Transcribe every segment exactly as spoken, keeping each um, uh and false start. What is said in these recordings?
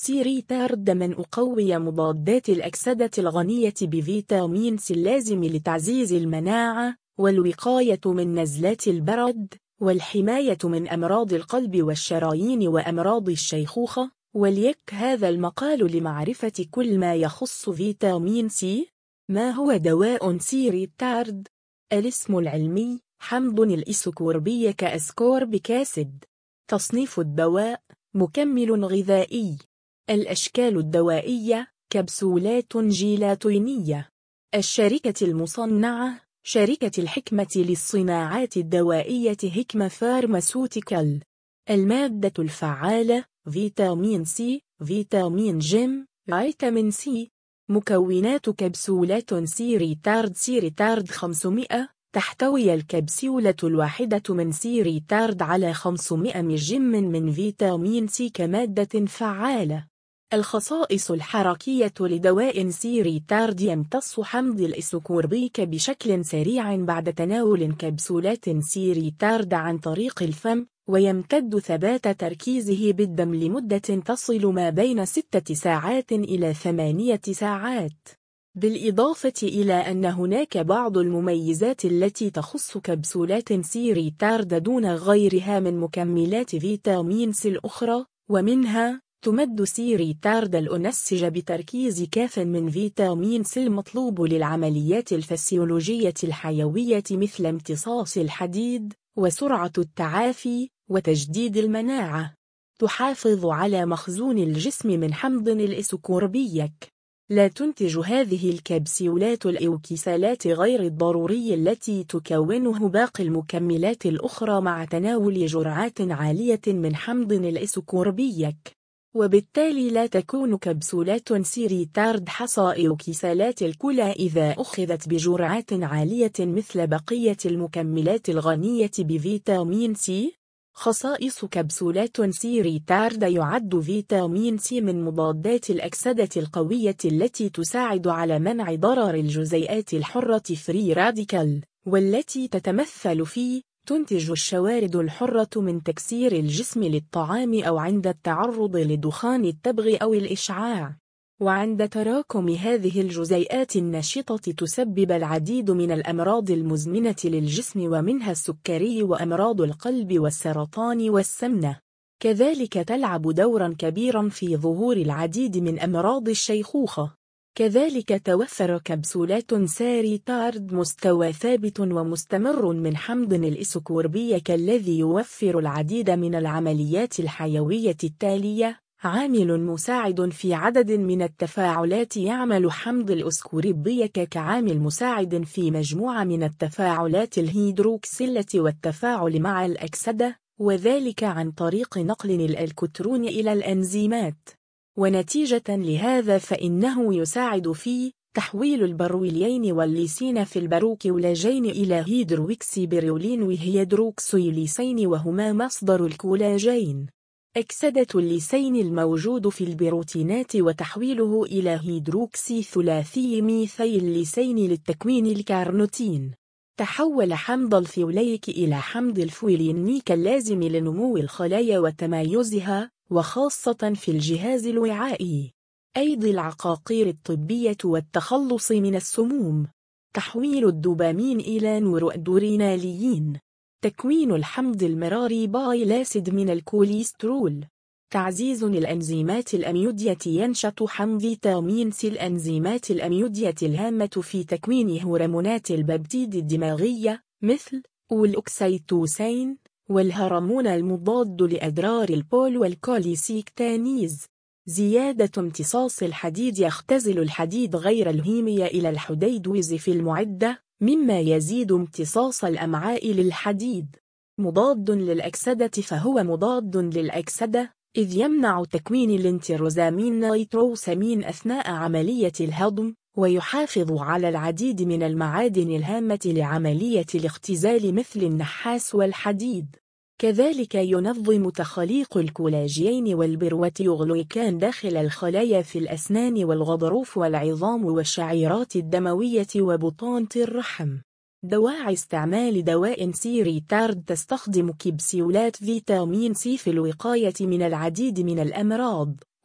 سي ريتارد من أقوي مضادات الأكسدة الغنية بفيتامين سي اللازم لتعزيز المناعة والوقاية من نزلات البرد والحماية من أمراض القلب والشرايين وأمراض الشيخوخة. وليك هذا المقال لمعرفة كل ما يخص فيتامين سي. ما هو دواء سي ريتارد؟ الاسم العلمي حمض الإسكوربيك أسكوربيك أسيد. تصنيف الدواء مكمل غذائي. الأشكال الدوائية كبسولات جيلاتينية. الشركة المصنعة شركة الحكمة للصناعات الدوائية هكمة فارماسيوتيكال. المادة الفعالة فيتامين سي، فيتامين جيم، فيتامين سي. مكونات كبسولات سي ريتارد. سي ريتارد خمسمائة. تحتوي الكبسولة الواحدة من سي ريتارد على خمسمائة ملغ من فيتامين سي كمادة فعالة. الخصائص الحركية لدواء سي ريتارد: يمتص حمض الإسكوربيك بشكل سريع بعد تناول كبسولات سي ريتارد عن طريق الفم، ويمتد ثبات تركيزه بالدم لمدة تصل ما بين ستة ساعات إلى ثمانية ساعات. بالإضافة إلى أن هناك بعض المميزات التي تخص كبسولات سي ريتارد دون غيرها من مكملات فيتامين سي الأخرى، ومنها تمد سي ريتارد الأنسج بتركيز كاف من فيتامين سي المطلوب للعمليات الفسيولوجية الحيوية مثل امتصاص الحديد وسرعة التعافي وتجديد المناعة. تحافظ على مخزون الجسم من حمض الإسكوربيك. لا تنتج هذه الكبسولات الأوكسالات غير الضروري التي تكونه باقي المكملات الأخرى مع تناول جرعات عالية من حمض الإسكوربيك، وبالتالي لا تكون كبسولات سي ريتارد حصى أوكسالات الكلى إذا أخذت بجرعات عالية مثل بقية المكملات الغنية بفيتامين سي. خصائص كبسولات سي ريتارد: يعد فيتامين سي من مضادات الأكسدة القوية التي تساعد على منع ضرر الجزيئات الحرة فري راديكال، والتي تتمثل في تنتج الشوارد الحرة من تكسير الجسم للطعام أو عند التعرض لدخان التبغ أو الإشعاع. وعند تراكم هذه الجزيئات النشطة تسبب العديد من الأمراض المزمنة للجسم ومنها السكري وأمراض القلب والسرطان والسمنة. كذلك تلعب دورا كبيرا في ظهور العديد من أمراض الشيخوخة. كذلك توفر كبسولات سي ريتارد مستوى ثابت ومستمر من حمض الإسكوربيك الذي يوفر العديد من العمليات الحيوية التالية: عامل مساعد في عدد من التفاعلات. يعمل حمض الإسكوربيك كعامل مساعد في مجموعة من التفاعلات الهيدروكسيلة والتفاعل مع الأكسدة، وذلك عن طريق نقل الإلكترون إلى الأنزيمات. ونتيجة لهذا فإنه يساعد في تحويل البروليين والليسين في البروكولاجين إلى هيدروكسي برولين وهيدروكسيليسين، وهما مصدر الكولاجين. أكسدة الليسين الموجود في البروتينات وتحويله إلى هيدروكسي ثلاثي ميثيل ليسين للتكوين الكارنوتين. تحول حمض الفيوليك إلى حمض الفويلينيك اللازم لنمو الخلايا وتمايزها، وخاصة في الجهاز الوعائي. أيضا العقاقير الطبية والتخلص من السموم. تحويل الدوبامين إلى نورادريناليين. تكوين الحمض المراري بايلاسيد من الكوليسترول. تعزيز الأنزيمات الأميودية. ينشط حمض فيتامين سي الأنزيمات الأميودية الهامة في تكوين هرمونات الببتيد الدماغية مثل الأوكسيتوسين، والهرمون المضاد لأضرار البول والكوليسيكتانيز. زيادة امتصاص الحديد. يختزل الحديد غير الهيمي إلى الحديدوز في المعدة، مما يزيد امتصاص الأمعاء للحديد. مضاد للأكسدة. فهو مضاد للأكسدة إذ يمنع تكوين الانتروزامين نيتروسامين أثناء عملية الهضم، ويحافظ على العديد من المعادن الهامة لعملية الاختزال مثل النحاس والحديد. كذلك ينظم تخليق الكولاجين والبروتيوغليكان داخل الخلايا في الأسنان والغضروف والعظام والشعيرات الدموية وبطانة الرحم. دواعي استعمال دواء سي ريتارد: تستخدم كبسولات فيتامين سي في الوقاية من العديد من الأمراض،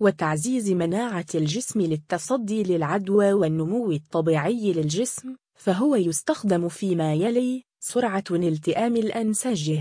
وتعزيز مناعة الجسم للتصدي للعدوى والنمو الطبيعي للجسم، فهو يستخدم فيما يلي: سرعة التئام الأنسجة،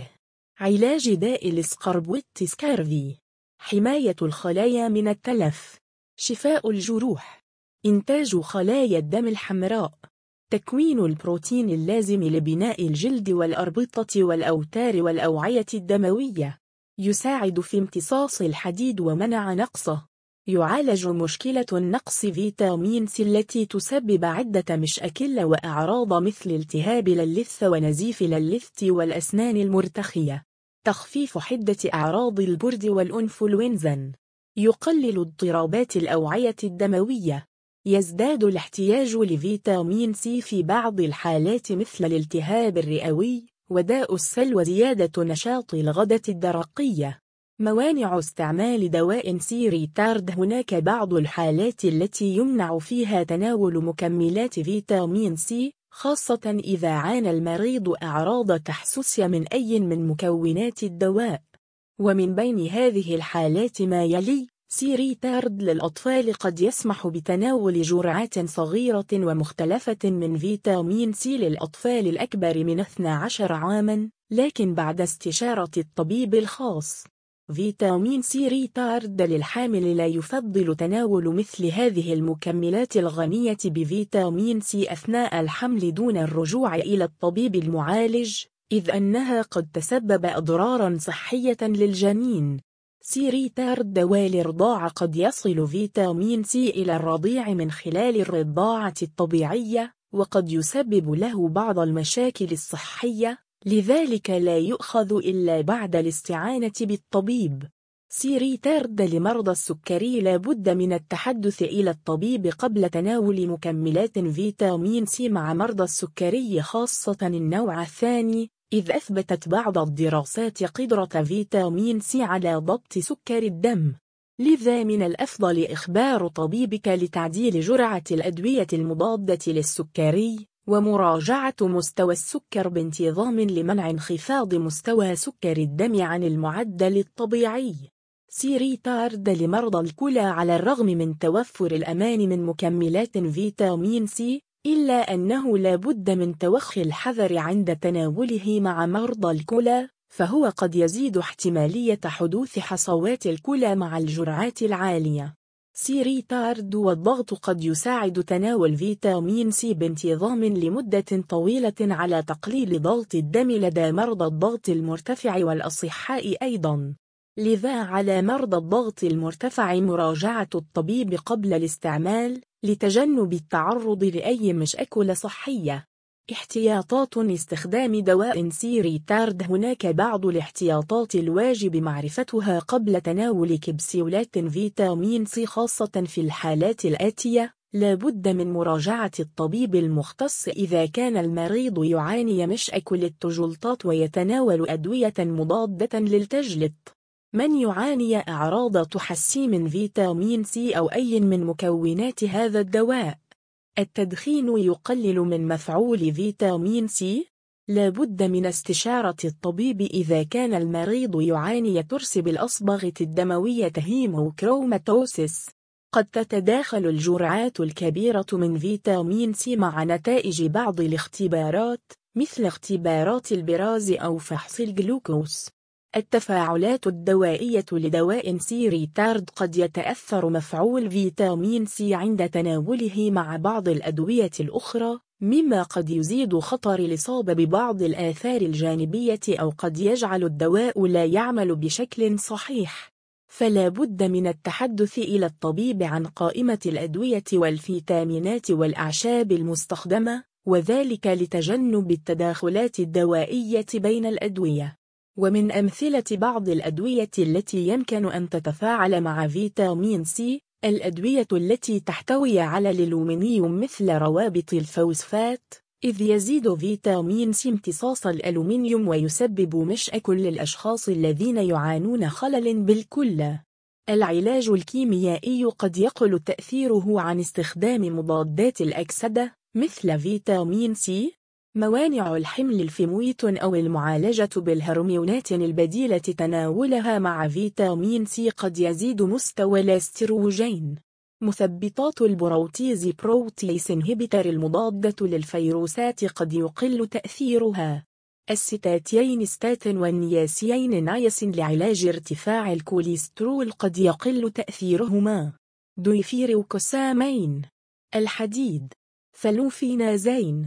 علاج داء السكاربويت سكارفي، حماية الخلايا من التلف، شفاء الجروح، إنتاج خلايا الدم الحمراء، تكوين البروتين اللازم لبناء الجلد والأربطة والأوتار والأوعية الدموية، يساعد في امتصاص الحديد ومنع نقصه، يعالج مشكلة نقص فيتامين سي التي تسبب عدة مشاكل وأعراض مثل التهاب اللثة ونزيف اللثة والأسنان المرتخية، تخفيف حدة أعراض البرد والإنفلونزا، يقلل اضطرابات الأوعية الدموية، يزداد الاحتياج لفيتامين سي في بعض الحالات مثل الالتهاب الرئوي وداء السل وزيادة نشاط الغدة الدرقية. موانع استعمال دواء سي ريتارد. هناك بعض الحالات التي يمنع فيها تناول مكملات فيتامين سي، خاصة إذا عانى المريض أعراض تحسسية من أي من مكونات الدواء، ومن بين هذه الحالات ما يلي: سي ريتارد للأطفال قد يسمح بتناول جرعات صغيرة ومختلفة من فيتامين سي للأطفال الأكبر من اثني عشر عاماً، لكن بعد استشارة الطبيب الخاص. فيتامين سي ريتارد للحامل لا يفضل تناول مثل هذه المكملات الغنية بفيتامين سي أثناء الحمل دون الرجوع إلى الطبيب المعالج، إذ أنها قد تسبب أضراراً صحية للجنين. سي ريتارد والرضاعة. قد يصل فيتامين سي إلى الرضيع من خلال الرضاعة الطبيعية، وقد يسبب له بعض المشاكل الصحية، لذلك لا يؤخذ إلا بعد الاستعانة بالطبيب. سي ريتارد لمرضى السكري. لا بد من التحدث إلى الطبيب قبل تناول مكملات فيتامين سي مع مرضى السكري، خاصة النوع الثاني، إذ أثبتت بعض الدراسات قدرة فيتامين سي على ضبط سكر الدم. لذا من الأفضل إخبار طبيبك لتعديل جرعة الأدوية المضادة للسكري، ومراجعة مستوى السكر بانتظام لمنع انخفاض مستوى سكر الدم عن المعدل الطبيعي. سي ريتارد لمرضى الكلى. على الرغم من توفر الأمان من مكملات فيتامين سي، إلا أنه لا بد من توخي الحذر عند تناوله مع مرضى الكلى، فهو قد يزيد احتمالية حدوث حصوات الكلى مع الجرعات العالية. سي ريتارد والضغط. قد يساعد تناول فيتامين سي بانتظام لمدة طويلة على تقليل ضغط الدم لدى مرضى الضغط المرتفع والأصحاء أيضاً. لذا على مرضى الضغط المرتفع مراجعة الطبيب قبل الاستعمال، لتجنب التعرض لأي مشاكل صحية. احتياطات استخدام دواء سي ريتارد. هناك بعض الاحتياطات الواجب معرفتها قبل تناول كبسولات فيتامين سي، خاصة في الحالات الآتية: لا بد من مراجعة الطبيب المختص إذا كان المريض يعاني مشاكل التجلطات ويتناول أدوية مضادة للتجلط. من يعاني أعراض تحسين فيتامين سي أو أي من مكونات هذا الدواء. التدخين يقلل من مفعول فيتامين سي. لا بد من استشارة الطبيب إذا كان المريض يعاني ترس بالأصبغة الدموية هيموكروماتوسيس. قد تتداخل الجرعات الكبيرة من فيتامين سي مع نتائج بعض الاختبارات، مثل اختبارات البراز أو فحص الجلوكوز. التفاعلات الدوائية لدواء سي ريتارد. قد يتأثر مفعول فيتامين سي عند تناوله مع بعض الأدوية الأخرى، مما قد يزيد خطر الإصابة ببعض الآثار الجانبية أو قد يجعل الدواء لا يعمل بشكل صحيح. فلا بد من التحدث إلى الطبيب عن قائمة الأدوية والفيتامينات والأعشاب المستخدمة، وذلك لتجنب التداخلات الدوائية بين الأدوية. ومن أمثلة بعض الأدوية التي يمكن أن تتفاعل مع فيتامين سي، الأدوية التي تحتوي على الألومنيوم مثل روابط الفوسفات، إذ يزيد فيتامين سي امتصاص الألومنيوم ويسبب مشاكل للأشخاص الذين يعانون خلل بالكلى. العلاج الكيميائي. قد يقل تأثيره عن استخدام مضادات الأكسدة مثل فيتامين سي. موانع الحمل الفيمويتون أو المعالجة بالهرمونات البديلة تناولها مع فيتامين سي قد يزيد مستوى الاستروجين. مثبطات البروتيز بروتيز انهبيتر المضادة للفيروسات قد يقل تأثيرها. الستاتين ستاتين والنياسين نايسين لعلاج ارتفاع الكوليسترول قد يقل تأثيرهما. ديفيروكوسامين. الحديد. فلوفينازين.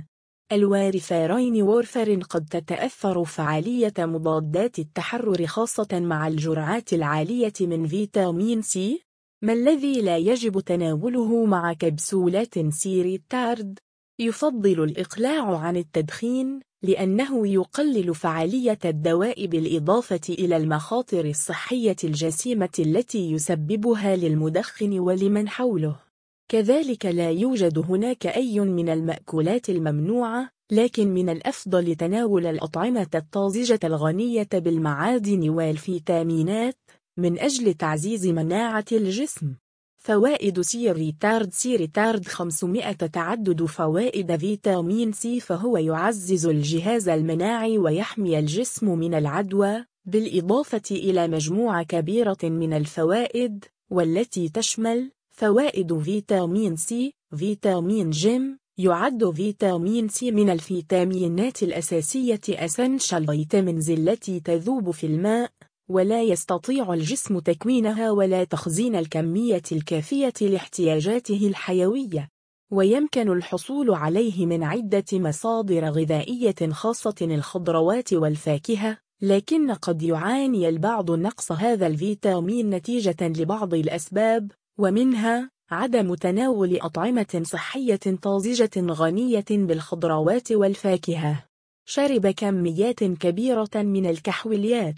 الوارفارين وورفرين قد تتأثر فعالية مضادات التحرر خاصة مع الجرعات العالية من فيتامين سي. ما الذي لا يجب تناوله مع كبسولات سيريتارد؟ يفضل الإقلاع عن التدخين لأنه يقلل فعالية الدواء بالإضافة إلى المخاطر الصحية الجسيمة التي يسببها للمدخن ولمن حوله. كذلك لا يوجد هناك أي من المأكولات الممنوعة، لكن من الأفضل تناول الأطعمة الطازجة الغنية بالمعادن والفيتامينات من أجل تعزيز مناعة الجسم. فوائد سيريتارد. سيريتارد خمسمائة. تعدد فوائد فيتامين سي، فهو يعزز الجهاز المناعي ويحمي الجسم من العدوى، بالإضافة إلى مجموعة كبيرة من الفوائد والتي تشمل فوائد فيتامين سي. فيتامين جيم. يعد فيتامين سي من الفيتامينات الأساسية essential vitamins التي تذوب في الماء، ولا يستطيع الجسم تكوينها ولا تخزين الكمية الكافية لاحتياجاته الحيوية، ويمكن الحصول عليه من عدة مصادر غذائية خاصة الخضروات والفاكهة، لكن قد يعاني البعض نقص هذا الفيتامين نتيجة لبعض الأسباب، ومنها عدم تناول أطعمة صحية طازجة غنية بالخضروات والفاكهة. شرب كميات كبيرة من الكحوليات.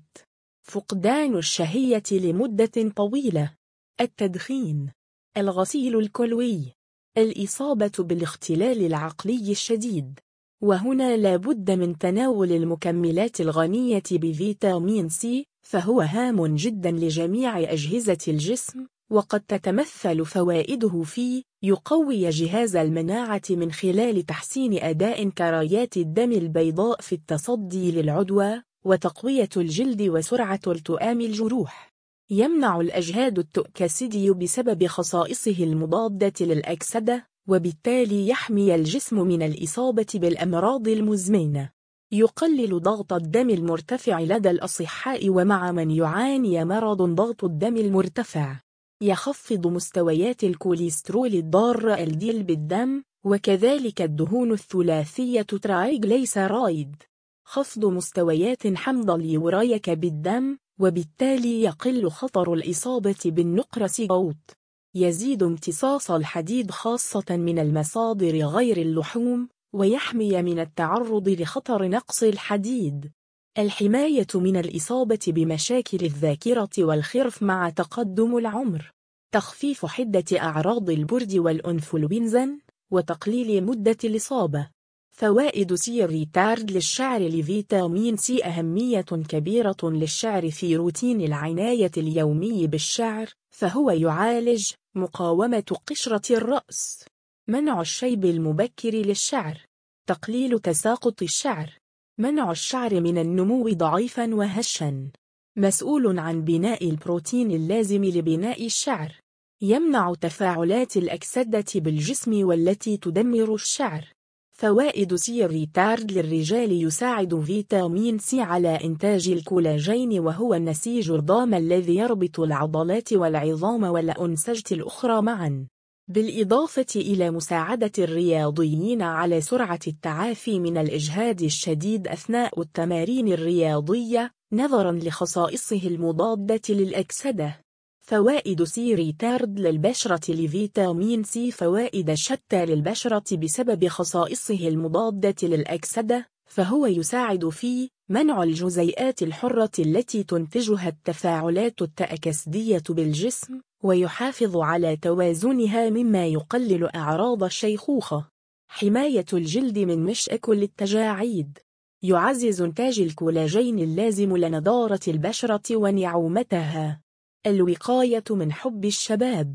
فقدان الشهية لمدة طويلة. التدخين. الغسيل الكلوي. الإصابة بالاختلال العقلي الشديد. وهنا لا بد من تناول المكملات الغنية بفيتامين سي، فهو هام جدا لجميع أجهزة الجسم، وقد تتمثل فوائده في يقوي جهاز المناعة من خلال تحسين أداء كريات الدم البيضاء في التصدي للعدوى، وتقوية الجلد وسرعة التئام الجروح. يمنع الأجهاد التوكسيدي بسبب خصائصه المضادة للأكسدة، وبالتالي يحمي الجسم من الإصابة بالأمراض المزمنة. يقلل ضغط الدم المرتفع لدى الأصحاء ومع من يعاني مرض ضغط الدم المرتفع. يخفض مستويات الكوليسترول الضار إل دي إل بالدم، وكذلك الدهون الثلاثية ترايغليسرايد. خفض مستويات حمض اليوريك بالدم، وبالتالي يقل خطر الإصابة بالنقرس غوط. يزيد امتصاص الحديد خاصة من المصادر غير اللحوم، ويحمي من التعرض لخطر نقص الحديد. الحماية من الإصابة بمشاكل الذاكرة والخرف مع تقدم العمر. تخفيف حدة أعراض البرد والإنفلونزا، وتقليل مدة الإصابة. فوائد سيريتارد للشعر. لفيتامين سي أهمية كبيرة للشعر في روتين العناية اليومي بالشعر، فهو يعالج مقاومة قشرة الرأس، منع الشيب المبكر للشعر، تقليل تساقط الشعر، منع الشعر من النمو ضعيفا وهشا، مسؤول عن بناء البروتين اللازم لبناء الشعر، يمنع تفاعلات الأكسدة بالجسم والتي تدمر الشعر. فوائد سيريتارد للرجال. يساعد فيتامين سي على إنتاج الكولاجين، وهو النسيج الضام الذي يربط العضلات والعظام والأنسجة الأخرى معا، بالإضافة إلى مساعدة الرياضيين على سرعة التعافي من الإجهاد الشديد أثناء التمارين الرياضية، نظرا لخصائصه المضادة للأكسدة. فوائد سيريتارد للبشرة. لفيتامين سي فوائد شتى للبشرة بسبب خصائصه المضادة للأكسدة، فهو يساعد في منع الجزيئات الحرة التي تنتجها التفاعلات التأكسدية بالجسم، ويحافظ على توازنها مما يقلل أعراض الشيخوخة. حماية الجلد من مشاكل التجاعيد. يعزز إنتاج الكولاجين اللازم لنضارة البشرة ونعومتها. الوقاية من حب الشباب.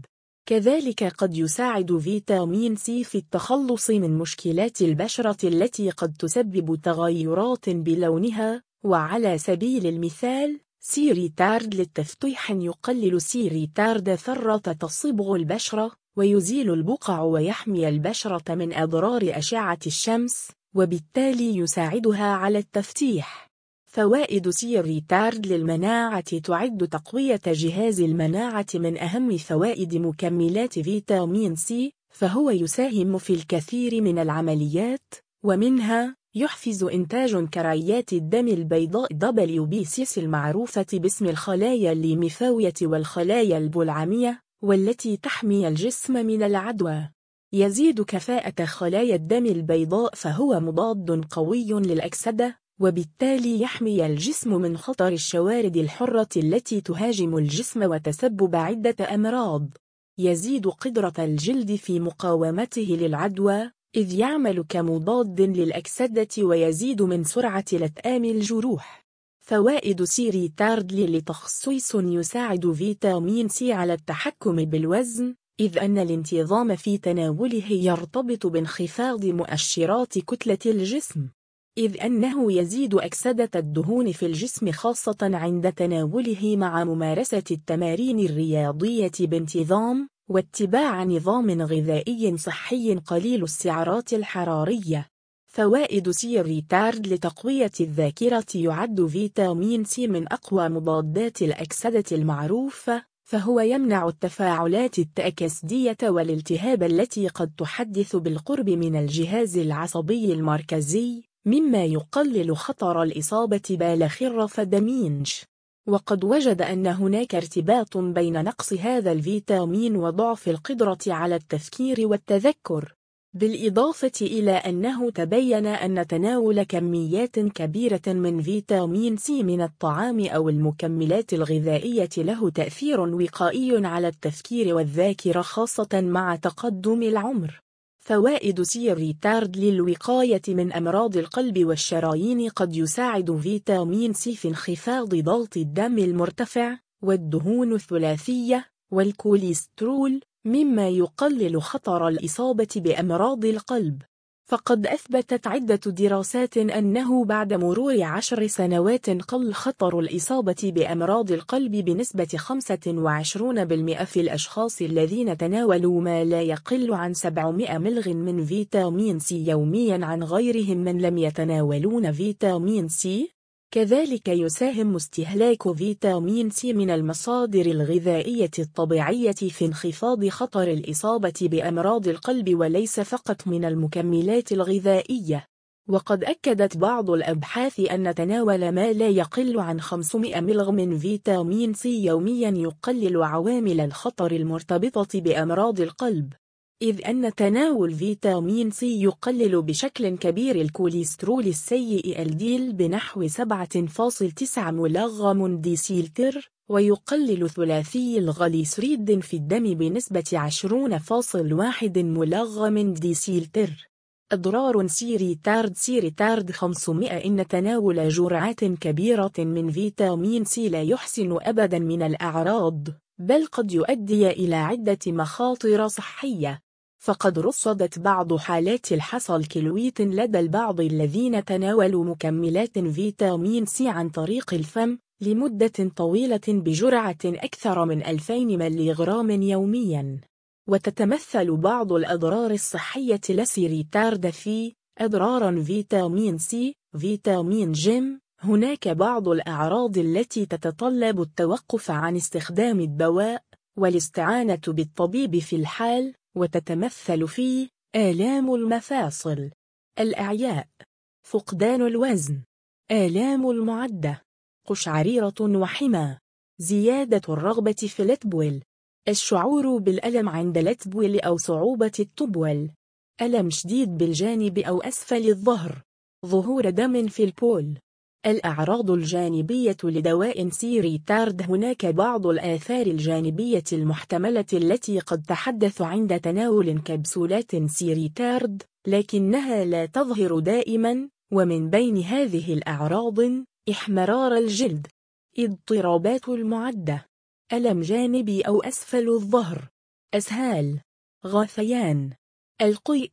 كذلك قد يساعد فيتامين سي في التخلص من مشكلات البشرة التي قد تسبب تغيرات بلونها، وعلى سبيل المثال سيريتارد للتفتيح يقلل سيريتارد ثرة تصبغ البشرة ويزيل البقع ويحمي البشرة من أضرار أشعة الشمس، وبالتالي يساعدها على التفتيح. فوائد سيريتارد للمناعة تعد تقوية جهاز المناعة من أهم فوائد مكملات فيتامين سي، فهو يساهم في الكثير من العمليات، ومنها يحفز إنتاج كريات الدم البيضاء دبليو بي سي المعروفة باسم الخلايا الليمفاوية والخلايا البلعمية، والتي تحمي الجسم من العدوى. يزيد كفاءة خلايا الدم البيضاء، فهو مضاد قوي للأكسدة، وبالتالي يحمي الجسم من خطر الشوارد الحرة التي تهاجم الجسم وتسبب عدة أمراض. يزيد قدرة الجلد في مقاومته للعدوى، إذ يعمل كمضاد للأكسدة، ويزيد من سرعة لتئام الجروح. فوائد سيريتارد لتخصيص يساعد فيتامين سي على التحكم بالوزن، إذ أن الانتظام في تناوله يرتبط بانخفاض مؤشرات كتلة الجسم، إذ أنه يزيد أكسدة الدهون في الجسم خاصة عند تناوله مع ممارسة التمارين الرياضية بانتظام، واتباع نظام غذائي صحي قليل السعرات الحرارية. فوائد سيريتارد لتقوية الذاكرة. يعد فيتامين سي من أقوى مضادات الأكسدة المعروفة، فهو يمنع التفاعلات التأكسدية والالتهاب التي قد تحدث بالقرب من الجهاز العصبي المركزي، مما يقلل خطر الإصابة بالخر فدمينج. وقد وجد أن هناك ارتباط بين نقص هذا الفيتامين وضعف القدرة على التفكير والتذكر، بالإضافة إلى أنه تبين أن تناول كميات كبيرة من فيتامين سي من الطعام أو المكملات الغذائية له تأثير وقائي على التفكير والذاكرة خاصة مع تقدم العمر. فوائد سيريتارد للوقاية من أمراض القلب والشرايين. قد يساعد فيتامين سي في انخفاض ضغط الدم المرتفع والدهون الثلاثية والكوليسترول، مما يقلل خطر الإصابة بأمراض القلب. فقد أثبتت عدة دراسات أنه بعد مرور عشر سنوات قل خطر الإصابة بأمراض القلب بنسبة خمسة وعشرين بالمئة في الأشخاص الذين تناولوا ما لا يقل عن سبعمائة ملغ من فيتامين سي يوميا عن غيرهم من لم يتناولون فيتامين سي. كذلك يساهم استهلاك فيتامين سي من المصادر الغذائية الطبيعية في انخفاض خطر الإصابة بأمراض القلب، وليس فقط من المكملات الغذائية. وقد أكدت بعض الأبحاث أن تناول ما لا يقل عن خمسمائة ملغ من فيتامين سي يوميا يقلل عوامل الخطر المرتبطة بأمراض القلب، إذ أن تناول فيتامين سي يقلل بشكل كبير الكوليسترول السيء إل دي إل بنحو سبعة فاصلة تسعة ملغ ديسيلتر، ويقلل ثلاثي الغليسريد في الدم بنسبة عشرين فاصلة واحد ملغ ديسيلتر. أضرار سيريتارد. سيريتارد خمسمائة. إن تناول جرعات كبيرة من فيتامين سي لا يحسن أبدا من الأعراض، بل قد يؤدي إلى عدة مخاطر صحية. فقد رصدت بعض حالات الحصى الكلويت لدى البعض الذين تناولوا مكملات فيتامين سي عن طريق الفم لمدة طويلة بجرعة أكثر من ألفين ملغ يوميا. وتتمثل بعض الأضرار الصحية لسيريتارد في أضرار فيتامين سي. فيتامين جيم. هناك بعض الأعراض التي تتطلب التوقف عن استخدام الدواء والاستعانة بالطبيب في الحال، وتتمثل في آلام المفاصل، الإعياء، فقدان الوزن، آلام المعدة، قشعريرة وحمى، زيادة الرغبة في التبول، الشعور بالألم عند التبول أو صعوبة التبول، ألم شديد بالجانب أو أسفل الظهر، ظهور دم في البول. الأعراض الجانبية لدواء سيريتارد. هناك بعض الآثار الجانبية المحتملة التي قد تحدث عند تناول كبسولات سيريتارد، لكنها لا تظهر دائما، ومن بين هذه الأعراض إحمرار الجلد، اضطرابات المعدة، ألم جانبي أو أسفل الظهر، أسهال، غثيان، القيء،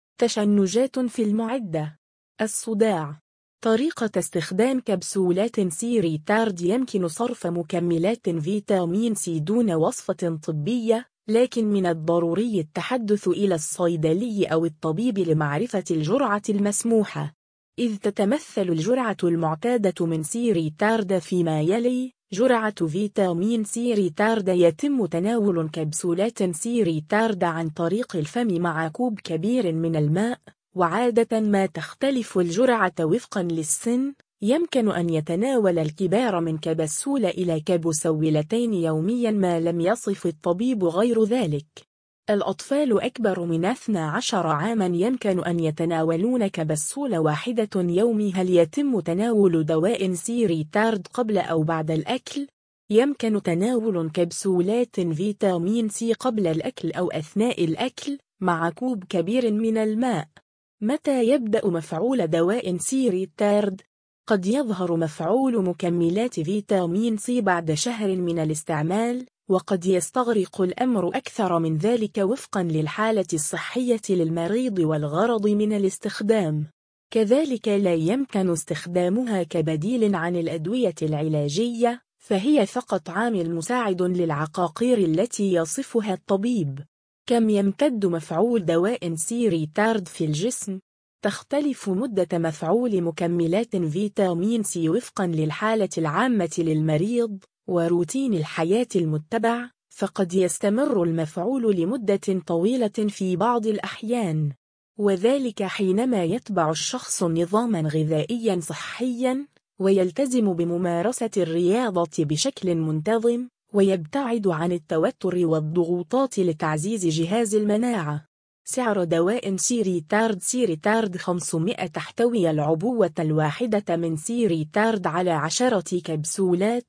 تشنجات في المعدة، الصداع. طريقة استخدام كبسولات سي ريتارد: يمكن صرف مكملات فيتامين سي دون وصفة طبية، لكن من الضروري التحدث إلى الصيدلي أو الطبيب لمعرفة الجرعة المسموحة، إذ تتمثل الجرعة المعتادة من سي ريتارد فيما يلي: جرعة فيتامين سي ريتارد. يتم تناول كبسولات سي ريتارد عن طريق الفم مع كوب كبير من الماء، وعادة ما تختلف الجرعة وفقا للسن. يمكن أن يتناول الكبار من كبسولة إلى كبسولتين يوميا ما لم يصف الطبيب غير ذلك. الأطفال أكبر من اثني عشر عاما يمكن أن يتناولون كبسولة واحدة يومي. هل يتم تناول دواء سي ريتارد قبل أو بعد الأكل؟ يمكن تناول كبسولات فيتامين سي قبل الأكل أو أثناء الأكل مع كوب كبير من الماء. متى يبدأ مفعول دواء سي ريتارد؟ قد يظهر مفعول مكملات فيتامين سي بعد شهر من الاستعمال، وقد يستغرق الأمر أكثر من ذلك وفقا للحالة الصحية للمريض والغرض من الاستخدام. كذلك لا يمكن استخدامها كبديل عن الأدوية العلاجية، فهي فقط عامل مساعد للعقاقير التي يصفها الطبيب. كم يمتد مفعول دواء سي ريتارد في الجسم؟ تختلف مدة مفعول مكملات فيتامين سي وفقا للحالة العامة للمريض وروتين الحياة المتبع، فقد يستمر المفعول لمدة طويلة في بعض الأحيان، وذلك حينما يتبع الشخص نظاما غذائيا صحيا، ويلتزم بممارسة الرياضة بشكل منتظم، ويبتعد عن التوتر والضغوطات لتعزيز جهاز المناعة. سعر دواء سي ريتارد: سي ريتارد خمسمائة. تحتوي العبوة الواحدة من سي ريتارد على عشرة كبسولات،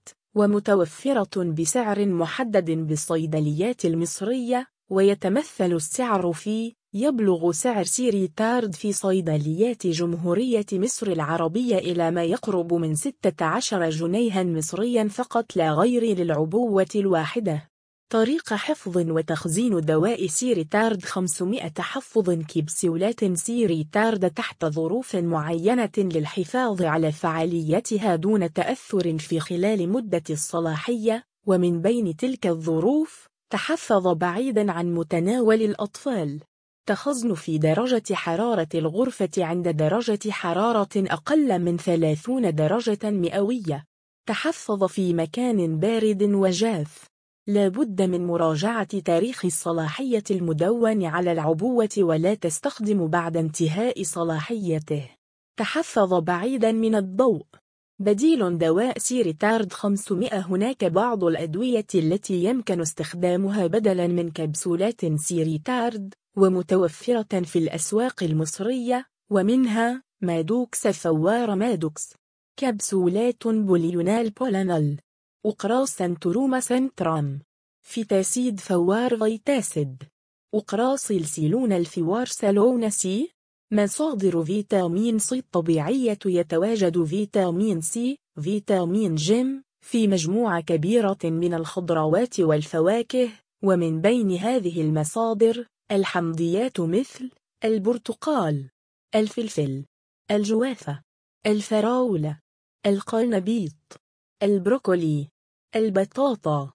ومتوفرة بسعر محدد بالصيدليات المصرية، ويتمثل السعر في: يبلغ سعر سي ريتارد في صيدليات جمهورية مصر العربية إلى ما يقرب من ستة عشر جنيها مصريا فقط لا غير للعبوة الواحدة. طريقة حفظ وتخزين دواء سي ريتارد خمسمائة. حفظ كبسولات سي ريتارد تحت ظروف معينة للحفاظ على فعاليتها دون تأثر في خلال مدة الصلاحية، ومن بين تلك الظروف: تحفظ بعيدا عن متناول الأطفال. تخزن في درجة حرارة الغرفة عند درجة حرارة أقل من ثلاثين درجة مئوية. تحفظ في مكان بارد وجاف. لا بد من مراجعة تاريخ الصلاحية المدون على العبوة ولا تستخدم بعد انتهاء صلاحيته. تحفظ بعيدا من الضوء. بديل دواء سي ريتارد خمسمائة. هناك بعض الأدوية التي يمكن استخدامها بدلا من كبسولات سي ريتارد، ومتوفرة في الأسواق المصرية، ومنها مادوكس فوار مادوكس، كبسولات بوليونال بولانول، أقراص سنتروما سنترام، فيتاسيد فوار فيتاسيد، أقراص السيلون الفوار سالون سي. مصادر فيتامين سي الطبيعية: يتواجد فيتامين سي، فيتامين جيم، في مجموعة كبيرة من الخضروات والفواكه، ومن بين هذه المصادر: الحمضيات مثل البرتقال، الفلفل، الجوافة، الفراولة، القرنبيط، البروكولي، البطاطا،